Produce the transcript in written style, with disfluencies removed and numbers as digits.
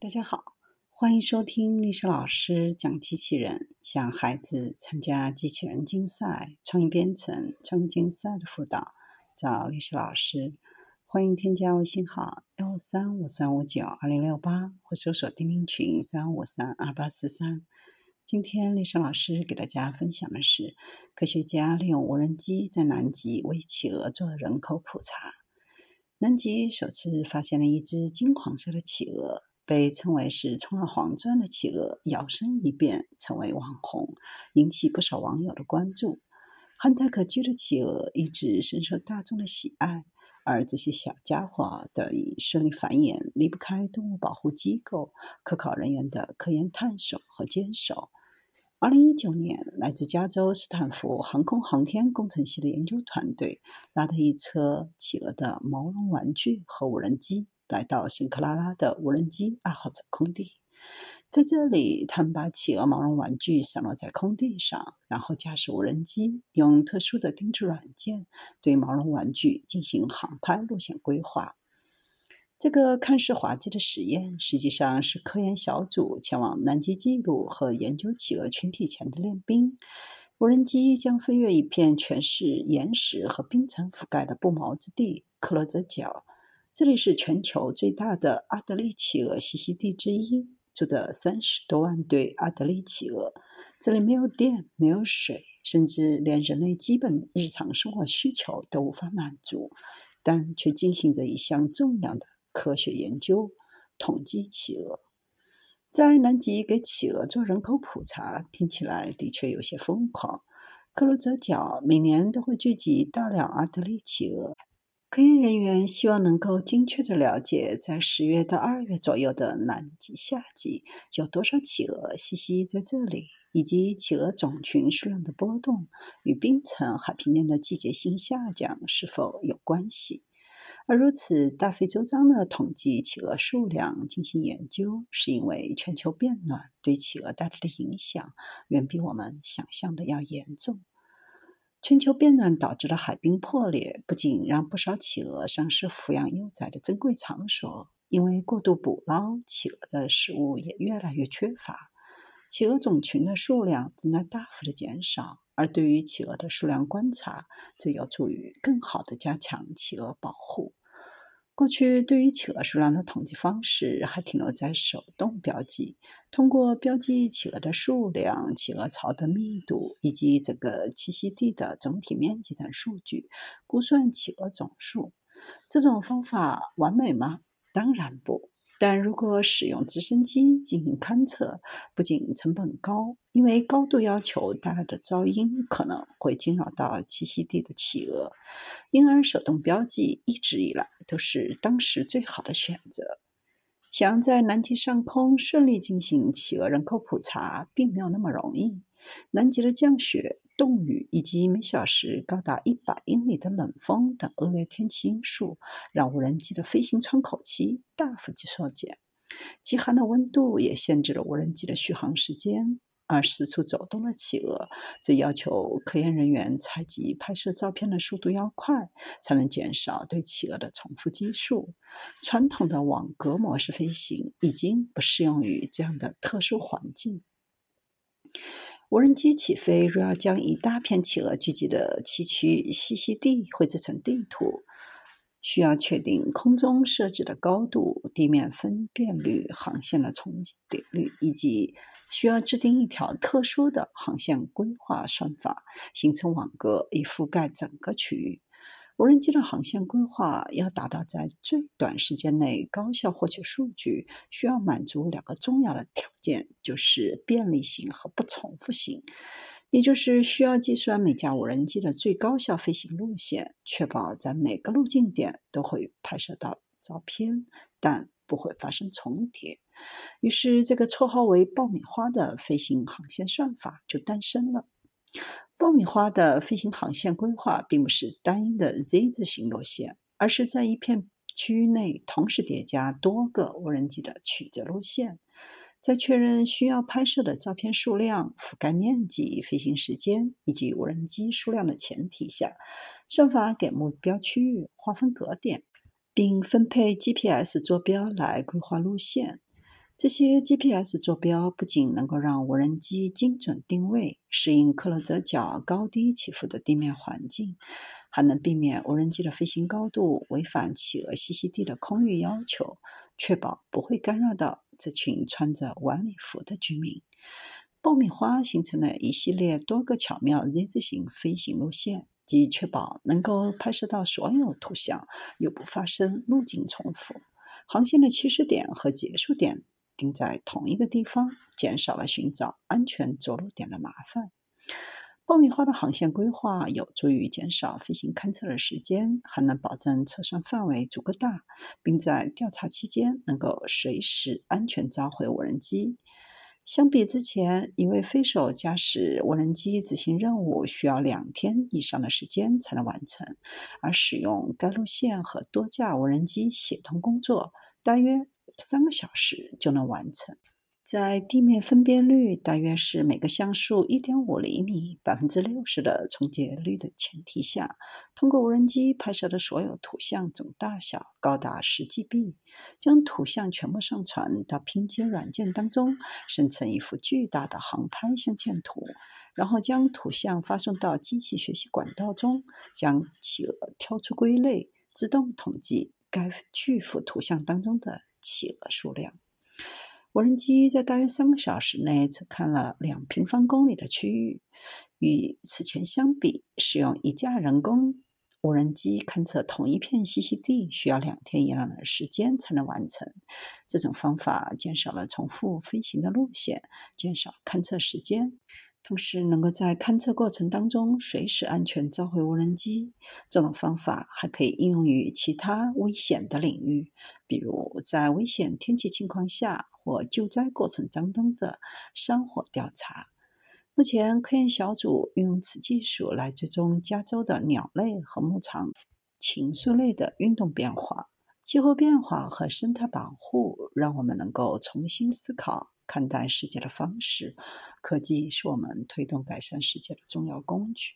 大家好，欢迎收听历史老师讲机器人，向孩子参加机器人竞赛、创意编程、创意竞赛的辅导，找历史老师。欢迎添加微信号15353592068或搜索钉钉群353283。今天历史老师给大家分享的是，科学家利用无人机在南极为企鹅做人口普查。南极首次发现了一只金黄色的企鹅，被称为是充了黄钻的企鹅，摇身一变成为网红，引起不少网友的关注。憨态可掬的企鹅一直深受大众的喜爱，而这些小家伙得以顺利繁衍，离不开动物保护机构、科考人员的科研探索和坚守。2019年，来自加州斯坦福航空航天工程系的研究团队拉着一车企鹅的毛绒玩具和无人机，来到圣克拉拉的无人机爱好者空地。在这里，他们把企鹅毛绒玩具散落在空地上，然后驾驶无人机，用特殊的定制软件对毛绒玩具进行航拍路线规划。这个看似滑稽的实验，实际上是科研小组前往南极记录和研究企鹅群体前的练兵。无人机将飞越一片全是岩石和冰层覆盖的不毛之地——克罗泽角。这里是全球最大的阿德利企鹅栖息地之一，住着30多万对阿德利企鹅。这里没有电，没有水，甚至连人类基本日常生活需求都无法满足，但却进行着一项重要的科学研究，统计企鹅。在南极给企鹅做人口普查，听起来的确有些疯狂。克罗泽角每年都会聚集大量阿德利企鹅，科研人员希望能够精确地了解在10月到2月左右的南极夏季有多少企鹅栖息在这里，以及企鹅种群数量的波动与冰层海平面的季节性下降是否有关系。而如此大费周章地统计企鹅数量进行研究，是因为全球变暖对企鹅带来的影响远比我们想象的要严重。全球变暖导致的海冰破裂，不仅让不少企鹅丧失抚养幼崽的珍贵场所，因为过度捕捞，企鹅的食物也越来越缺乏。企鹅种群的数量正在大幅的减少，而对于企鹅的数量观察，则有助于更好地加强企鹅保护。过去对于企鹅数量的统计方式还停留在手动标记，通过标记企鹅的数量、企鹅巢的密度以及整个栖息地的总体面积等数据，估算企鹅总数。这种方法完美吗？当然不。但如果使用直升机进行勘测，不仅成本高，因为高度要求带来的噪音可能会惊扰到栖息地的企鹅，因而手动标记一直以来都是当时最好的选择。想要在南极上空顺利进行企鹅人口普查，并没有那么容易。南极的降雪、冻雨以及每小时高达100英里的冷风等恶劣天气因素，让无人机的飞行窗口期大幅缩减。极寒的温度也限制了无人机的续航时间，而四处走动的企鹅则要求科研人员采集拍摄照片的速度要快，才能减少对企鹅的重复击数。传统的网格模式飞行已经不适用于这样的特殊环境。无人机起飞若要将一大片企鹅聚集的栖息地绘制成地图，需要确定空中设置的高度、地面分辨率、航线的重叠率，以及需要制定一条特殊的航线规划算法，形成网格以覆盖整个区域。无人机的航线规划要达到在最短时间内高效获取数据，需要满足2个重要的条件，就是便利性和不重复性。也就是需要计算每架无人机的最高效飞行路线，确保在每个路径点都会拍摄到照片，但不会发生重叠。于是这个绰号为爆米花的飞行航线算法就诞生了。爆米花的飞行航线规划并不是单一的 Z 字形路线，而是在一片区域内同时叠加多个无人机的曲折路线。在确认需要拍摄的照片数量、覆盖面积、飞行时间以及无人机数量的前提下，算法给目标区域划分格点，并分配 GPS 坐标来规划路线。 这些 GPS 坐标不仅能够让无人机精准定位，适应克勒泽角高低起伏的地面环境，还能避免无人机的飞行高度违反企鹅栖息地的空域要求，确保不会干扰到这群穿着晚礼服的居民。爆米花形成了一系列多个巧妙 Z 字形飞行路线，即确保能够拍摄到所有图像，又不发生路径重复。航线的起始点和结束点定在同一个地方，减少了寻找安全着陆点的麻烦。爆米花的航线规划有助于减少飞行勘测的时间，还能保证测算范围足够大，并在调查期间能够随时安全召回无人机。相比之前，一位飞手驾驶无人机执行任务需要2天以上的时间才能完成，而使用该路线和多架无人机协同工作，大约3个小时就能完成。在地面分辨率大约是每个像素 1.5 厘米 60% 的重叠率的前提下，通过无人机拍摄的所有图像总大小高达10 GB， 将图像全部上传到拼接软件当中，生成一幅巨大的航拍相嵌图，然后将图像发送到机器学习管道中，将企鹅挑出归类，自动统计该巨幅图像当中的企鹅数量。无人机在大约3个小时内测看了2平方公里的区域，与此前相比，使用一架人工无人机勘测同一片栖息地需要2天以上的时间才能完成。这种方法减少了重复飞行的路线，减少勘测时间，同时能够在勘测过程当中随时安全召回无人机。这种方法还可以应用于其他危险的领域，比如在危险天气情况下或救灾过程当中的山火调查。目前，科研小组运用此技术来追踪加州的鸟类和牧场禽畜类的运动变化。气候变化和生态保护让我们能够重新思考看待世界的方式。科技是我们推动改善世界的重要工具。